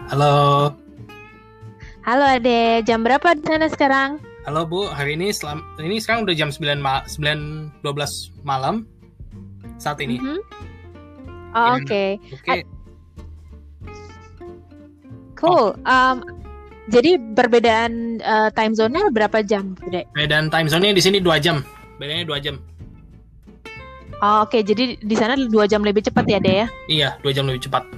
Halo, Halo Ade, jam berapa di sana sekarang? halo Bu. Hari ini ini sekarang udah jam 9.12 malam saat ini. Mhm. Oh, Ya, oke. oke. Oh, Cool. Jadi perbedaan time zone-nya berapa jam, Ade? dan time zone-nya di sini 2 jam. Bedanya 2 jam. Oh, oke. Jadi di sana 2 jam lebih cepat ya, Ade ya? Iya, 2 jam lebih cepat.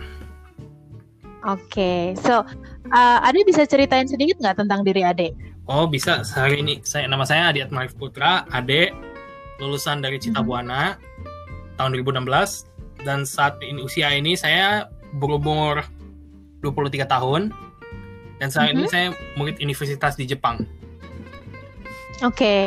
Oke. So, Ade bisa ceritain sedikit nggak tentang diri Ade? Oh, bisa. Hari ini nama saya Adi Atmarif Putra, Ade, lulusan dari Cita Buana tahun 2016, dan saat ini usia ini saya berumur 23 tahun, dan saat ini saya murid universitas di Jepang. Oke.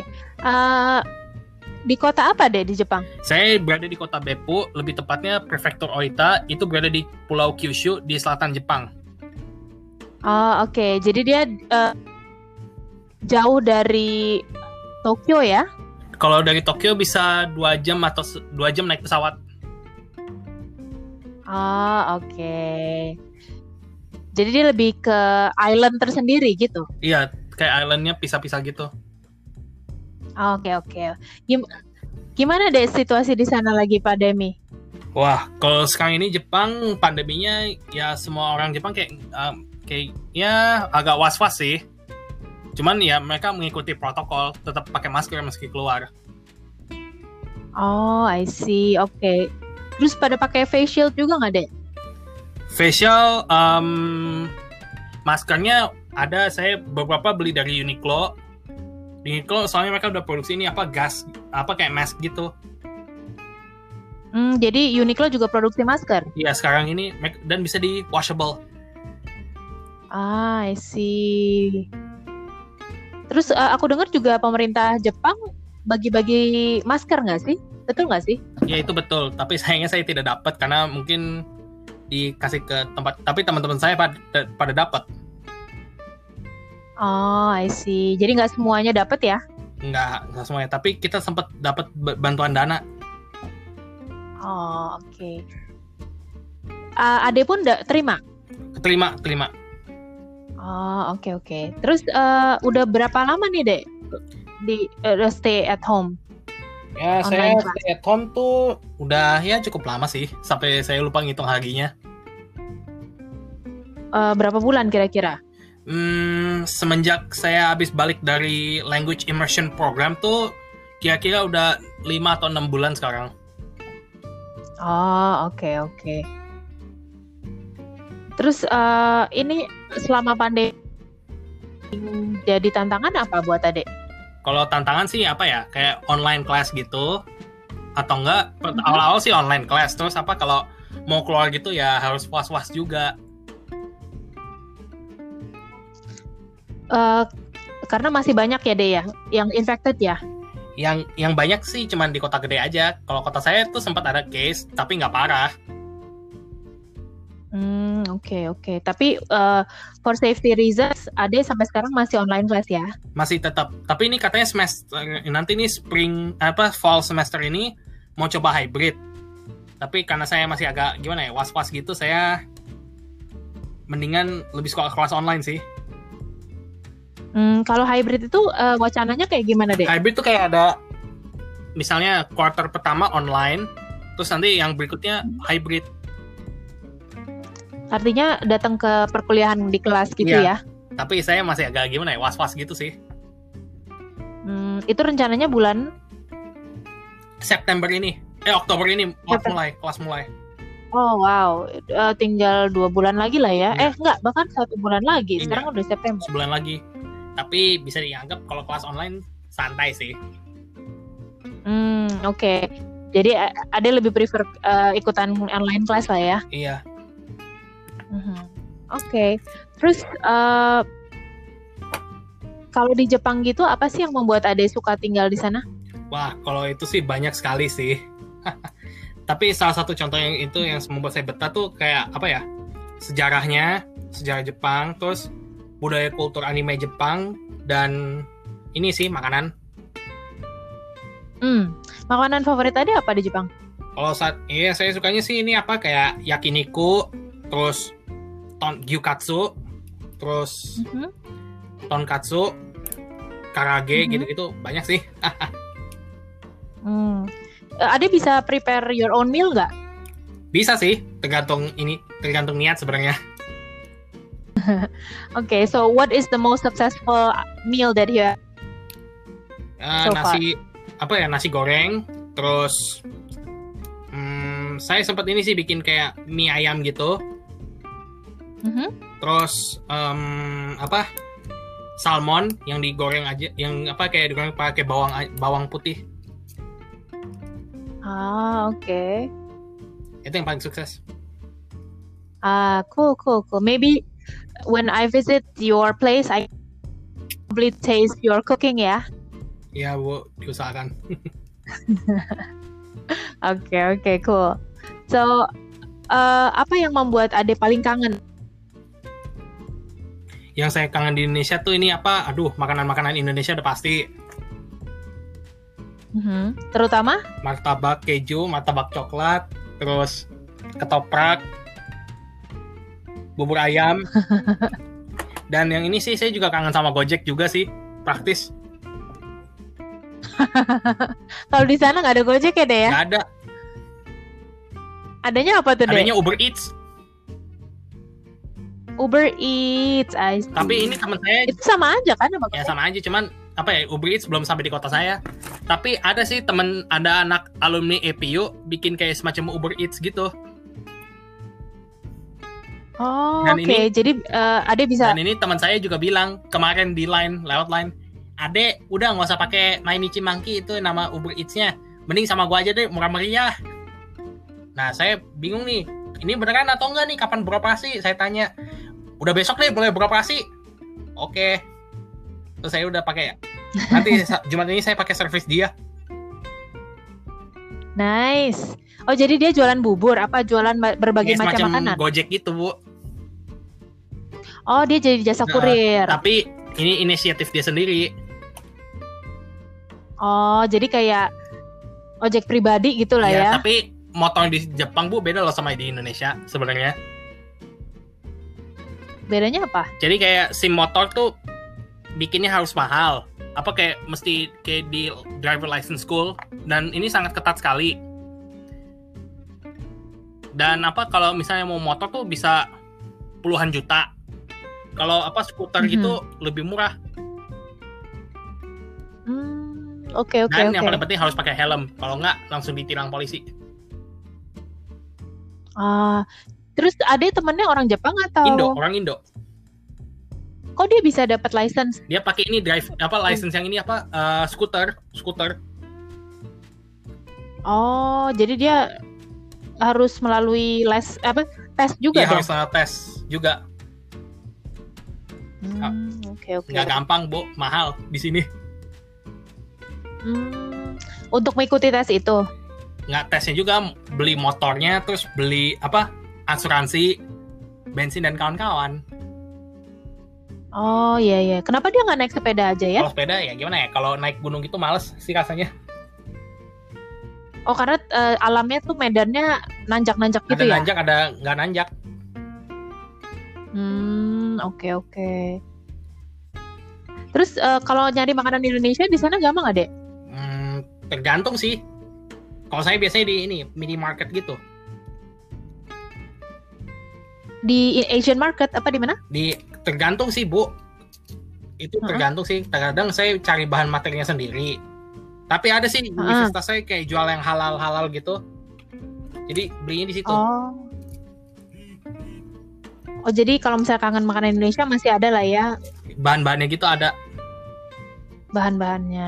Di kota apa deh di Jepang? Saya berada di kota Beppu, lebih tepatnya prefektur Oita, itu berada di Pulau Kyushu di selatan Jepang. Oh, oke. Jadi dia jauh dari Tokyo ya? Kalau dari Tokyo bisa 2 jam atau 2 jam naik pesawat. Oh, oke. Jadi dia lebih ke island tersendiri gitu? Iya, kayak islandnya pisah-pisah gitu. Oke. Gimana deh situasi di sana lagi pandemi? Wah, kalau sekarang ini Jepang pandeminya ya semua orang Jepang kayak ya agak was-was sih. Cuman ya mereka mengikuti protokol, tetap pakai masker meski keluar. Oh, I see. Oke. Terus pada pakai face shield juga nggak deh? Facial, maskernya ada, saya beberapa beli dari Uniqlo. Uniqlo soalnya mereka udah produksi ini gas, kayak mask gitu. Jadi Uniqlo juga produksi masker? Iya, sekarang ini dan bisa di washable. I see. Terus aku dengar juga pemerintah Jepang bagi-bagi masker nggak sih? Betul nggak sih? Ya itu betul, tapi sayangnya saya tidak dapat karena mungkin dikasih ke tempat, tapi teman-teman saya pada dapat. Oh, I see. Jadi nggak semuanya dapat ya? Nggak semuanya, tapi kita sempat dapat bantuan dana. Oh, oke. Ade pun terima? Terima. Oh, oke. Terus udah berapa lama nih, Dek? Di stay at home? Ya, Online saya stay at home tuh udah ya cukup lama sih, sampai saya lupa ngitung harinya. Berapa bulan kira-kira? Semenjak saya habis balik dari language immersion program tuh kira-kira udah 5 atau 6 bulan sekarang. Oh, oke. Terus ini selama pandemi jadi tantangan apa buat Ade? Kalau tantangan sih apa ya, kayak online class gitu, atau enggak awal-awal sih online class, terus kalau mau keluar gitu ya harus was-was juga. Karena masih banyak ya Dek ya yang infected ya? Yang banyak sih cuman di kota gede aja. Kalau kota saya tuh sempat ada case tapi nggak parah. Oke. Tapi for safety reasons, Ade sampai sekarang masih online class ya? Masih tetap. Tapi ini katanya semester nanti nih fall semester ini mau coba hybrid. Tapi karena saya masih agak gimana ya, was-was gitu, saya mendingan lebih suka kelas online sih. Kalau hybrid itu wacananya kayak gimana deh? Hybrid tuh kayak ada misalnya quarter pertama online, terus nanti yang berikutnya hybrid. Artinya datang ke perkuliahan di kelas gitu ya? Tapi saya masih agak gimana ya, was-was gitu sih. Itu rencananya bulan September ini, Oktober ini kelas mulai. Oh wow, tinggal 2 bulan lagi lah ya? Enggak, bahkan 1 bulan lagi. Sekarang udah September. Sebulan lagi. Tapi bisa dianggap kalau kelas online santai sih. Oke. Jadi Ade lebih prefer ikutan online class lah ya? Iya. Oke. Terus kalau di Jepang gitu apa sih yang membuat Ade suka tinggal di sana? Wah, kalau itu sih banyak sekali sih. Tapi salah satu contoh yang membuat saya betah tuh kayak apa ya? Sejarah Jepang, terus budaya kultur anime Jepang, dan ini sih makanan. Makanan favorit Ade apa di Jepang? Kalau saya sukanya sih ini kayak yakiniku, terus gyukatsu, terus Mhm. tonkatsu, karage Mhm. gitu-gitu banyak sih. Hmm. Ade bisa prepare your own meal nggak? Bisa sih, tergantung niat sebenarnya. Okay, so what is the most successful meal that you have so far? Nasi goreng, terus saya sempat ini sih bikin kayak mie ayam gitu, Mhm. terus salmon yang digoreng aja, yang kayak digoreng pakai bawang putih. Okay. Itu yang paling sukses. Cool. Maybe when I visit your place, I probably taste your cooking ya. Ya Bu, diusahakan. Okay, cool. So, apa yang membuat Ade paling kangen? Yang saya kangen di Indonesia tuh ini makanan-makanan Indonesia udah pasti. Terutama? Martabak keju, martabak coklat, terus ketoprak, bubur ayam. Dan yang ini sih saya juga kangen sama Gojek juga sih, praktis. Kalau di sana nggak ada Gojek ya, Deh ya? Nggak ada. Adanya apa tuh, Deh? Adanya Uber Eats. Uber Eats, I see. Tapi ini teman saya itu sama aja kan sama ya sama aja, cuman Uber Eats belum sampai di kota saya. Tapi ada anak alumni EPU bikin kayak semacam Uber Eats gitu. Oke. Jadi Ade bisa. Dan ini teman saya juga bilang kemarin lewat line, Ade udah nggak usah pakai Mainichi Monkey itu nama Uber Eats-nya, mending sama gua aja deh, murah meriah. Nah saya bingung nih, ini beneran atau enggak nih, kapan beroperasi? Saya tanya, udah besok deh boleh beroperasi. Oke. Terus saya udah pakai, nanti Jumat ini saya pakai servis dia. Nice. Oh jadi dia jualan bubur, apa jualan berbagai macam makanan? Gojek gitu Bu. Oh dia jadi jasa kurir. Tapi ini inisiatif dia sendiri. Oh jadi kayak ojek pribadi gitulah ya. Tapi motor di Jepang Bu beda loh sama di Indonesia sebenarnya. Bedanya apa? Jadi kayak SIM motor tuh bikinnya harus mahal. Kayak mesti kayak di driver license school, dan ini sangat ketat sekali. Dan kalau misalnya mau motor tuh bisa puluhan juta. Kalau skuter gitu lebih murah. Oke. Dan yang paling penting harus pakai helm. Kalau nggak langsung ditilang polisi. Terus Ade temennya orang Jepang atau? Orang Indo. Kok dia bisa dapat license? Dia pakai ini license yang ini skuter. Oh, jadi dia harus melalui tes juga Iya, harus tes juga. Oke. Nggak gampang, Bu, mahal di sini. Untuk mengikuti tes itu? Nggak, tesnya juga beli motornya, terus beli asuransi, bensin dan kawan-kawan. Oh iya. Kenapa dia nggak naik sepeda aja ya? Kalau sepeda ya gimana ya? Kalau naik gunung gitu males sih rasanya. Oh karena alamnya tuh medannya nanjak-nanjak gitu ya? Ada nanjak, ada nggak nanjak. Oke. Terus kalau nyari makanan di Indonesia di sana gampang nggak, Dek? Tergantung sih. Kalau saya biasanya di ini minimarket gitu. Di Asian market apa di mana? Tergantung sih Bu. Itu tergantung sih. Kadang saya cari bahan materinya sendiri. Tapi ada sih universitas saya kayak jual yang halal gitu. Jadi belinya di situ. Oh jadi kalau misalnya kangen makanan Indonesia masih ada lah ya. Bahan-bahannya gitu ada. Bahan-bahannya.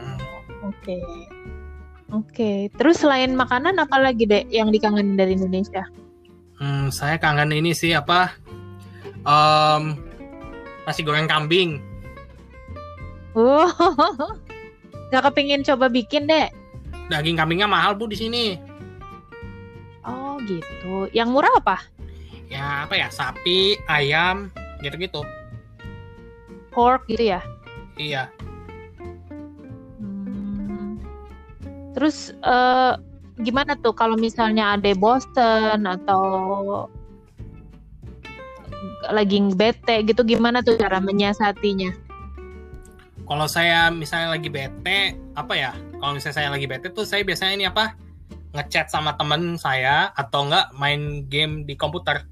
Oke. Terus selain makanan apa lagi, Dek, yang dikangenin dari Indonesia? Saya kangen ini sih nasi goreng kambing. Nggak kepingin coba bikin, Dek? Daging kambingnya mahal Bu di sini. Oh gitu. Yang murah apa? Ya sapi, ayam, gitu-gitu. Pork gitu ya? Iya. Terus gimana tuh kalau misalnya ada bosen atau lagi bete gitu, gimana tuh cara menyiasatinya? Kalau saya misalnya lagi bete, apa ya? Kalau misalnya saya lagi bete tuh saya biasanya ini apa? Ngechat sama temen saya atau enggak main game di komputer.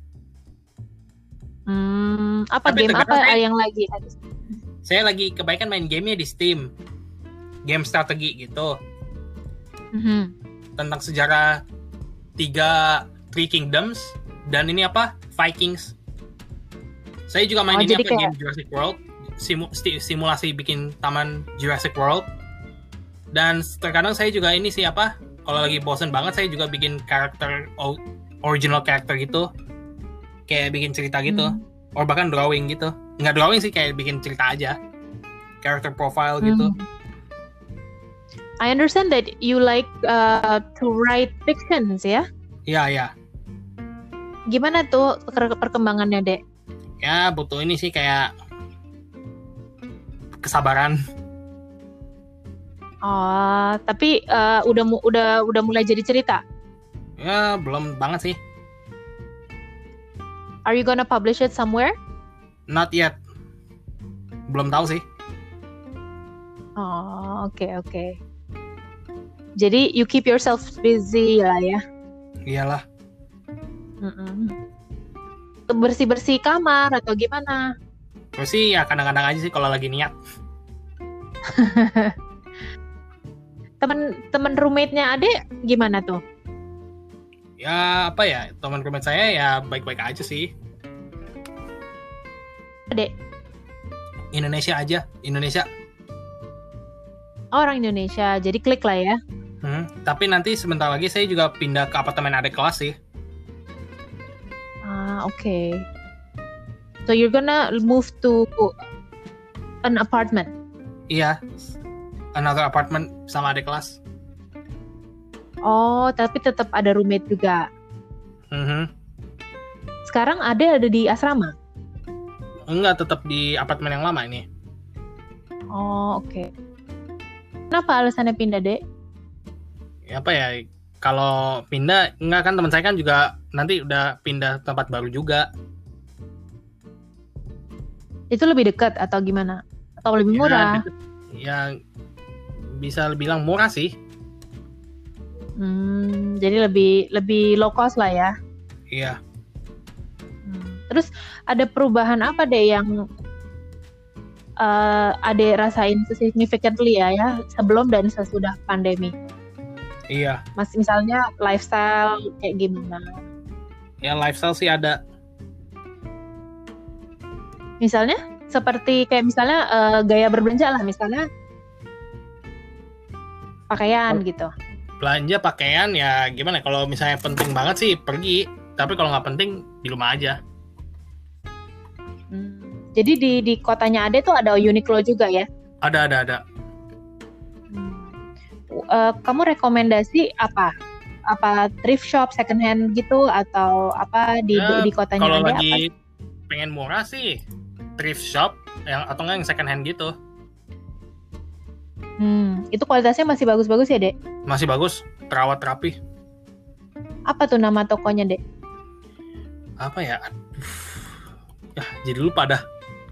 Apa Tapi game terkadang apa yang lagi ada? saya lagi kebaikan main gamenya di Steam. Game strategi gitu. Mhm. Tentang sejarah Three Kingdoms dan ini apa? Vikings. Saya juga main ini jadi apa? Game Jurassic World. Simulasi bikin taman Jurassic World. Dan terkadang saya juga ini sih apa? Kalau lagi bosen banget saya juga bikin karakter original karakter gitu. Kayak bikin cerita gitu. Or bahkan drawing gitu. Nggak drawing sih, kayak bikin cerita aja. Character profile gitu. I understand that you like to write fictions ya? Iya. Gimana tuh perkembangannya, Dek? Ya butuh ini sih kayak kesabaran. Oh, tapi udah mulai jadi cerita? Ya belum banget sih. Are you gonna publish it somewhere? Not yet. Belum tahu sih. Oh, oke. Jadi you keep yourself busy lah ya? Iyalah. Bersih-bersih kamar atau gimana? Terus sih ya kadang-kadang aja sih kalau lagi niat. Temen roommate-nya Ade gimana tuh? Ya apa ya, teman roommate saya ya baik-baik aja sih. Ade? Indonesia aja, Indonesia. Orang Indonesia, jadi klik lah ya. Tapi nanti sebentar lagi saya juga pindah ke apartemen adik kelas sih. Okay. So you're gonna move to an apartment? Iya, another apartment sama adik kelas. Oh, tapi tetap ada roommate juga. Sekarang ada di asrama? Enggak, tetap di apartemen yang lama ini. Oh, oke. Kenapa alasannya pindah, Dek? Ya apa ya, kalau pindah, enggak kan teman saya kan juga nanti udah pindah tempat baru juga. Itu lebih dekat atau gimana? Atau lebih murah? Ya bisa bilang murah sih. Jadi lebih low cost lah ya? Iya. Terus ada perubahan apa deh yang Ade rasain significantly ya sebelum dan sesudah pandemi? Iya. Mas misalnya lifestyle kayak gimana? Ya lifestyle sih ada. Misalnya seperti kayak misalnya gaya berbelanja lah, misalnya pakaian gitu. Belanja pakaian ya gimana? Kalau misalnya penting banget sih pergi. Tapi kalau nggak penting di rumah aja. Jadi di kotanya Ade tuh ada Uniqlo juga ya? Ada. Kamu rekomendasi apa? Apa thrift shop, second hand gitu atau apa di kotanya kalau Ade? Kalau lagi apa? Pengen murah sih thrift shop atau enggak yang second hand gitu. Itu kualitasnya masih bagus-bagus ya, Dek? Masih bagus, terawat rapi. Apa tuh nama tokonya, Dek? Apa ya? Ya, jadi lupa dah.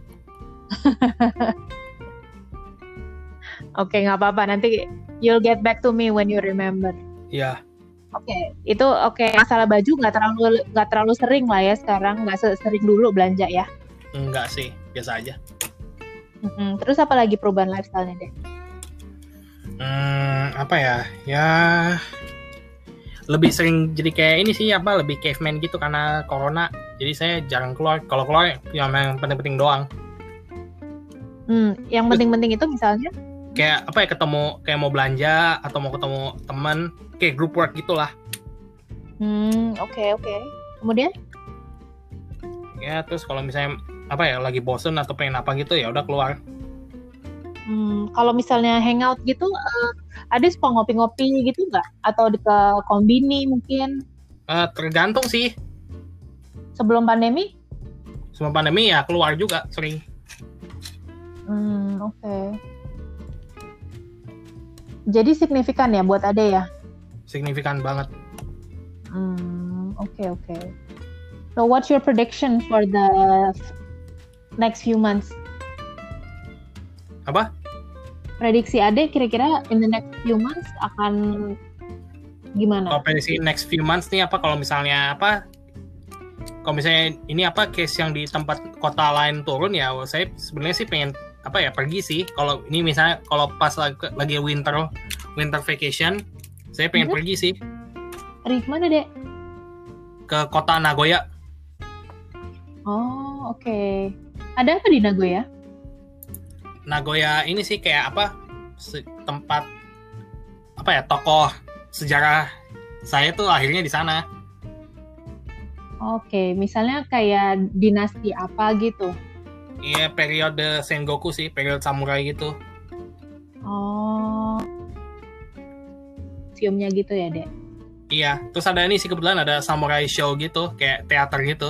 Oke, nggak apa-apa. Nanti you'll get back to me when you remember. Iya. Oke, itu masalah baju nggak terlalu sering lah ya sekarang, nggak sering dulu belanja ya? Enggak sih, biasa aja. Terus apa lagi perubahan lifestyle-nya deh? Apa ya? Ya lebih sering jadi kayak ini sih lebih caveman gitu karena corona. Jadi saya jarang keluar. Kalau keluar ya yang penting-penting doang. Yang penting-penting itu misalnya? Kayak ketemu, kayak mau belanja atau mau ketemu teman, kayak group work gitulah. Oke. Kemudian? Ya terus kalau misalnya lagi bosen atau pengen apa gitu ya udah keluar. Kalau misalnya hangout gitu, ada suka ngopi-ngopi gitu nggak? Atau ke kombini mungkin? Tergantung sih. Sebelum pandemi? Sebelum pandemi ya keluar juga sering. Oke. Jadi signifikan ya buat Ade ya? Signifikan banget. Oke. So what's your prediction for the next few months? Apa? Prediksi Ade kira-kira in the next few months akan gimana? Kalau prediksi next few months nih apa, kalau misalnya ini apa case yang di tempat kota lain turun ya, saya sebenarnya sih pengen apa ya pergi sih. Kalau ini misalnya kalau pas lagi winter vacation, saya pengen pergi sih. Pergi kemana, Dek? Ke kota Nagoya. Oh, oke. Ada apa di Nagoya? Nagoya ini sih kayak apa tempat apa ya, tokoh sejarah saya tuh akhirnya di sana. Oke, misalnya kayak dinasti apa gitu? Iya, periode Sengoku sih, periode samurai gitu. Oh, museumnya gitu ya, Dek? Iya, terus ada ini sih kebetulan ada samurai show gitu, kayak teater gitu.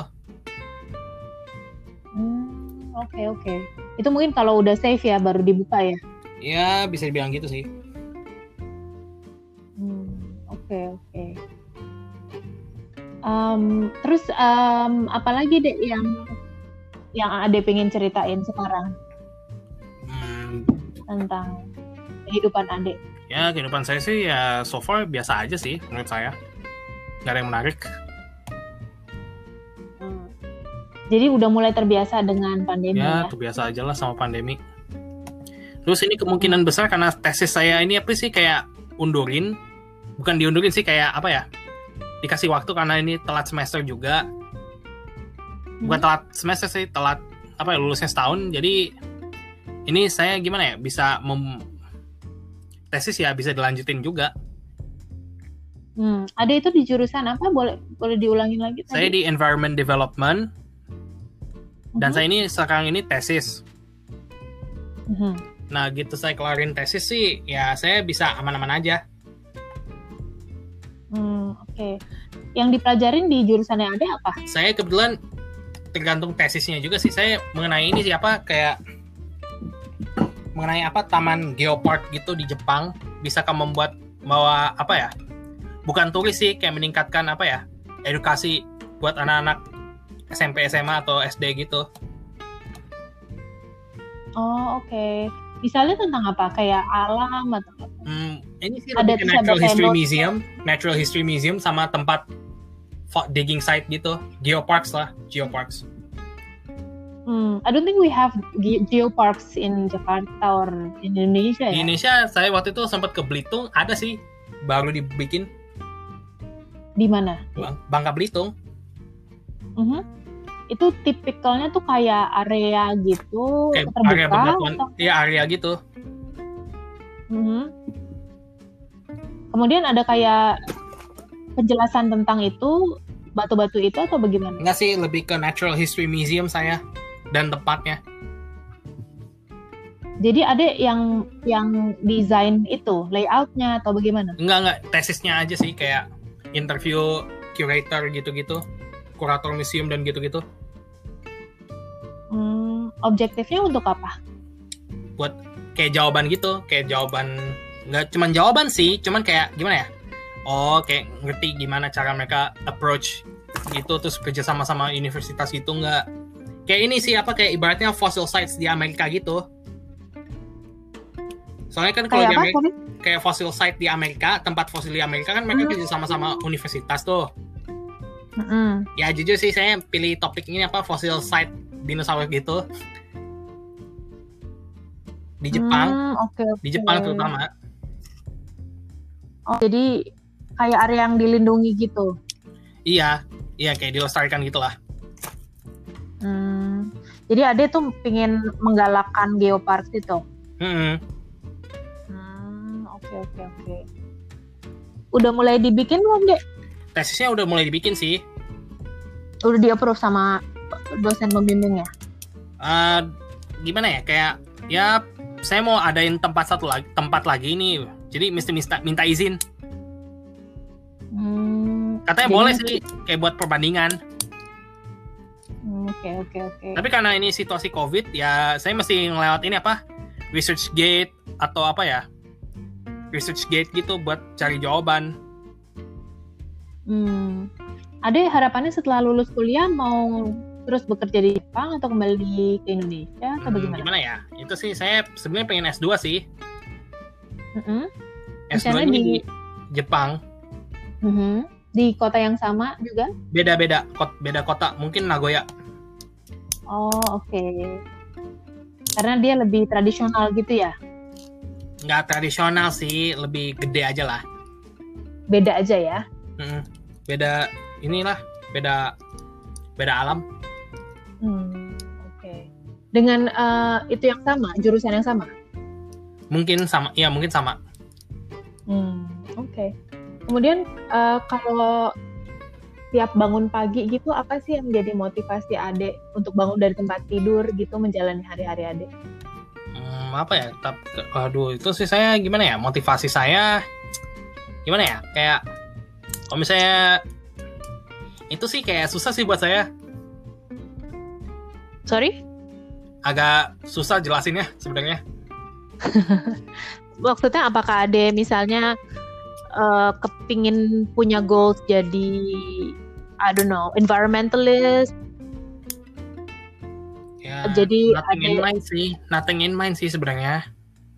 Oke. Itu mungkin kalau udah safe ya baru dibuka ya? Ya, bisa dibilang gitu sih. Oke. Terus apa lagi deh yang Ade pengen ceritain sekarang tentang kehidupan Ade? Ya, kehidupan saya sih ya so far biasa aja sih menurut saya. Gak ada yang menarik. Jadi udah mulai terbiasa dengan pandemi ya? Ya, terbiasa aja lah sama pandemi. Terus ini kemungkinan besar karena tesis saya ini apa sih kayak undurin. Bukan diundurin sih, kayak apa ya, dikasih waktu karena ini telat semester juga. Bukan telat semester sih, telat apa ya, lulusnya setahun. Jadi ini saya gimana ya, bisa tesis ya bisa dilanjutin juga. Ada itu di jurusan apa? Boleh diulangin lagi tadi? Saya di Environment Development. Dan saya ini sekarang ini tesis. Nah gitu saya kelarin tesis sih, ya saya bisa aman-aman aja. Oke. Yang dipelajarin di jurusan yang ada apa? Saya kebetulan tergantung tesisnya juga sih. Saya mengenai ini sih apa, kayak mengenai apa taman geopark gitu di Jepang. Bisakah bawa apa ya? Bukan turis sih, kayak meningkatkan apa ya? Edukasi buat anak-anak SMP, SMA atau SD gitu. Oh, oke. Misalnya tentang apa? Kayak alam atau apa? Ini sih lebih ke Natural History Museum sama tempat digging site gitu, geoparks. I don't think we have geoparks in Jakarta or in Indonesia. Di Indonesia saya waktu itu sempat ke Belitung, ada sih, baru dibikin. Di mana? Bangka Belitung. Itu tipikalnya tuh kayak area gitu, kayak terbuka? Area bebatuan, iya area gitu. Kemudian ada kayak penjelasan tentang itu, batu-batu itu atau bagaimana? Enggak sih, lebih ke Natural History Museum saya dan tempatnya. Jadi ada yang desain itu, layoutnya atau bagaimana? Enggak, tesisnya aja sih, kayak interview curator gitu-gitu, kurator museum dan gitu-gitu. Objektifnya untuk apa? Buat kayak jawaban gitu, kayak jawaban, nggak cuman jawaban sih, cuman kayak gimana ya? Oh, kayak ngerti gimana cara mereka approach gitu, terus kerja sama universitas gitu, nggak kayak ini sih apa, kayak ibaratnya fossil sites di Amerika gitu. Soalnya kan kalau di Amerika, kayak fossil site di Amerika, tempat fosil di Amerika kan mereka kerja sama universitas tuh. Ya jujur sih saya pilih topik ini apa, fossil site dinosaurus gitu di Jepang. Okay. Di Jepang terutama. Jadi kayak area yang dilindungi gitu. Iya kayak dilestarikan gitulah. Jadi Ade tuh pingin menggalakkan geopark itu. Oke. Udah mulai dibikin belum, Dek? Tesisnya udah mulai dibikin sih. Udah di-approve sama dosen pembimbingnya? Gimana ya, kayak ya saya mau adain tempat lagi nih. Jadi mesti minta izin. Katanya boleh sih, kayak buat perbandingan. Oke. Tapi karena ini situasi COVID, ya saya mesti ngelewat ini apa, research gate atau apa ya, research gate gitu buat cari jawaban. Ade harapannya setelah lulus kuliah mau terus bekerja di Jepang atau kembali ke Indonesia atau bagaimana? Gimana ya? Itu sih saya sebenarnya pengen S2 sih. Mm-mm. S2 Misalnya ini di Jepang. Di kota yang sama juga? Beda kota, mungkin Nagoya. Oh, oke. Karena dia lebih tradisional gitu ya? Nggak tradisional sih, lebih gede aja lah. Beda aja ya? Beda inilah, beda alam. Oke. Dengan itu yang sama, jurusan yang sama? Mungkin sama, iya mungkin sama. Oke. Kemudian kalau tiap bangun pagi gitu, apa sih yang menjadi motivasi Ade untuk bangun dari tempat tidur gitu menjalani hari-hari Ade? Apa ya? Aduh, itu sih saya gimana ya? Motivasi saya gimana ya? Kayak kalau misalnya itu sih kayak susah sih buat saya. Sorry? Agak susah jelasinnya sebenarnya. Maksudnya apakah Ade misalnya kepingin punya goals jadi I don't know, environmentalist? Ya, jadi nothing in mind sih sebenarnya.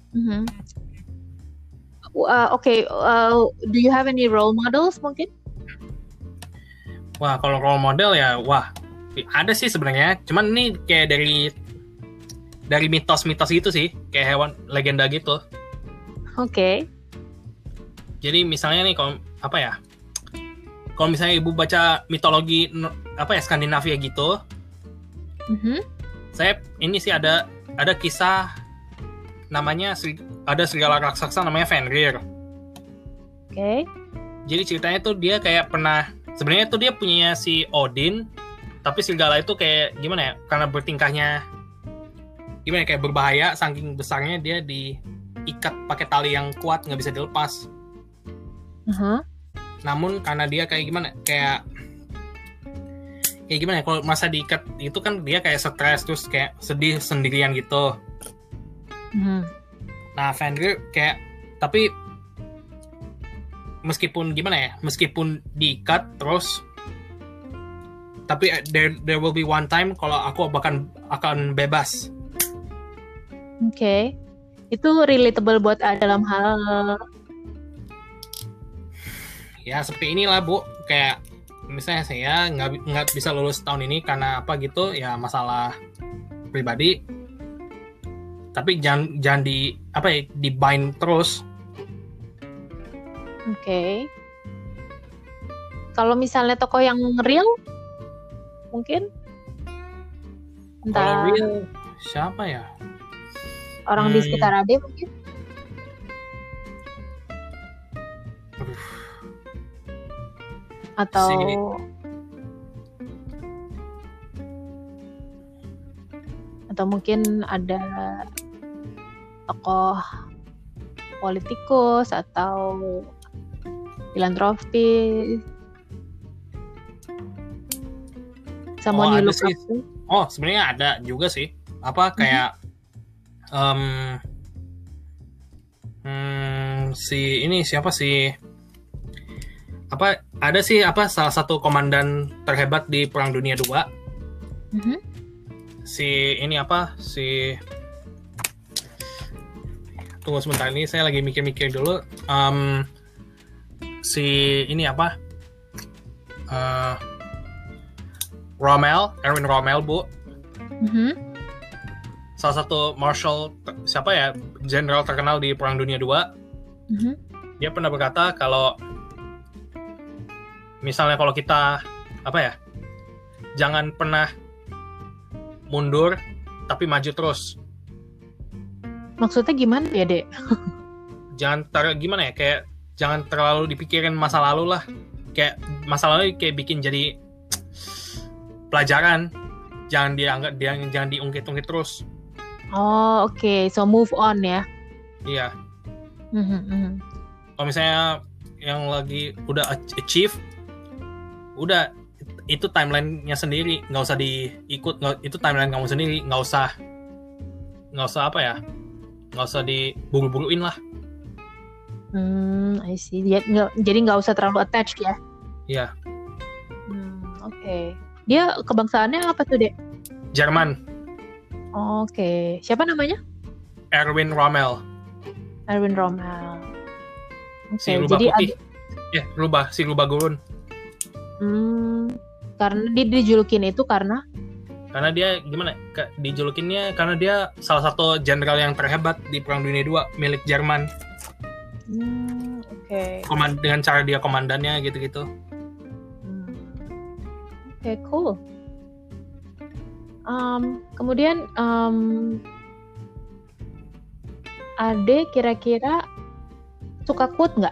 Okay, do you have any role models mungkin? Wah, kalau role model ya, ada sih sebenarnya. Cuman ini kayak dari mitos-mitos gitu sih, kayak hewan legenda gitu. Oke. Jadi misalnya nih kalau misalnya ibu baca mitologi Skandinavia gitu, saya ini sih ada kisah namanya ada serigala raksasa namanya Fenrir. Oke. Jadi ceritanya tuh dia kayak sebenarnya tuh dia punya si Odin, tapi serigala itu kayak gimana ya? Karena bertingkahnya gimana kayak berbahaya, saking besarnya dia diikat pakai tali yang kuat, nggak bisa dilepas. Namun karena dia kayak gimana ya kalau masa diikat itu kan dia kayak stres terus kayak sedih sendirian gitu. Nah Fenrir kayak tapi meskipun diikat terus tapi there will be one time kalau aku akan bebas. Oke. Itu relatable buat dalam hal ya seperti inilah Bu, kayak misalnya saya nggak bisa lulus tahun ini karena apa gitu ya, masalah pribadi, tapi jangan di bind terus. Oke. Kalau misalnya tokoh yang real mungkin kalau real siapa ya, orang di sekitar Ade mungkin. Atau mungkin ada tokoh politikus atau filantropis. Someone you look up to. Oh, sebenarnya ada juga sih. Kayak si ini siapa sih? Ada sih salah satu komandan terhebat di Perang Dunia II. Tunggu sebentar, ini saya lagi mikir-mikir dulu. Erwin Rommel Bu. Salah satu marshal jenderal terkenal di Perang Dunia II. Dia pernah berkata kalau misalnya kalau kita jangan pernah mundur tapi maju terus. Maksudnya gimana ya, Dek? Jangan jangan terlalu dipikirin masa lalu lah. Kayak masa lalu kayak bikin jadi pelajaran. Jangan diungkit-ungkit terus. Oh, oke. So move on ya. Iya. Kalau misalnya yang lagi udah achieve, udah itu timeline-nya sendiri, nggak usah diikut. Itu timeline kamu sendiri, nggak usah diburu-buruin lah. I see. Jadi nggak usah terlalu attached ya. Iya. Oke. Dia kebangsaannya apa tuh, Dek? Jerman. Oke. Siapa namanya? Erwin Rommel. Erwin Rommel. Si Oke, rubah jadi putih. Si rubah gurun. Karena dia dijulukin itu karena Karena dia gimana? Dijulukinnya karena dia salah satu jenderal yang terhebat di Perang Dunia II milik Jerman. Oke. Dengan cara dia komandannya gitu-gitu. Oke, cool. Kemudian Ade kira-kira suka quote nggak?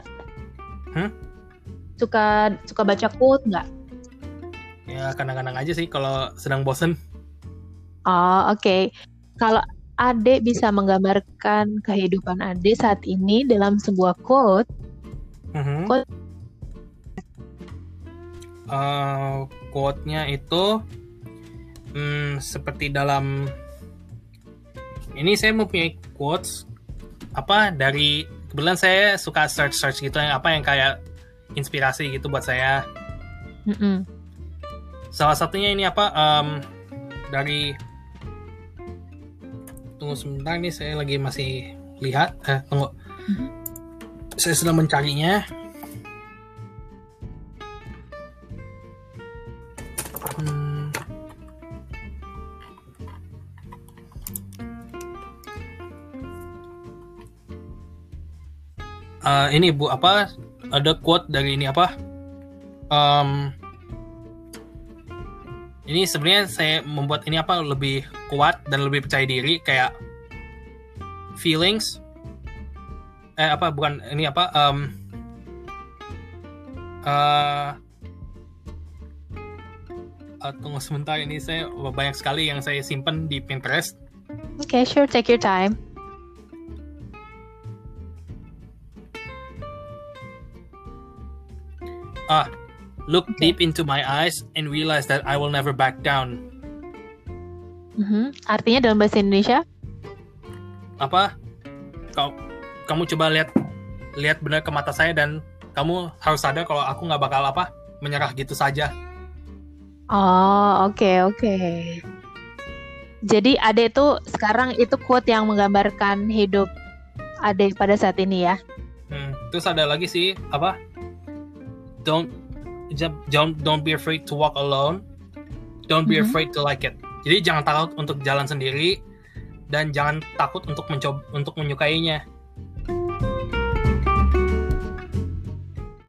Suka baca quote nggak? Ya kadang-kadang aja sih kalau sedang bosen. Oh, oke. Kalau Ade bisa menggambarkan kehidupan Ade saat ini dalam sebuah quote, quote-nya itu seperti dalam ini saya mempunyai quotes dari kebetulan saya suka search gitu yang kayak inspirasi gitu buat saya. Salah satunya ini dari tunggu sebentar nih, saya lagi masih lihat. Tunggu. Saya sedang mencarinya. Ini Bu, ada quote dari ini ini sebenarnya saya membuat ini lebih kuat dan lebih percaya diri, kayak feelings bukan ini tunggu sebentar, ini saya banyak sekali yang saya simpan di Pinterest. Okay, sure, take your time. Look deep into my eyes and realize that I will never back down. Artinya dalam bahasa Indonesia? Kamu coba lihat benar ke mata saya dan kamu harus sadar kalau aku nggak bakal menyerah gitu saja. Oh, oke. Jadi Ade tuh sekarang itu quote yang menggambarkan hidup Ade pada saat ini ya. Terus ada lagi sih Don't be afraid to walk alone. Don't be afraid to like it. Jadi jangan takut untuk jalan sendiri dan jangan takut untuk menyukainya.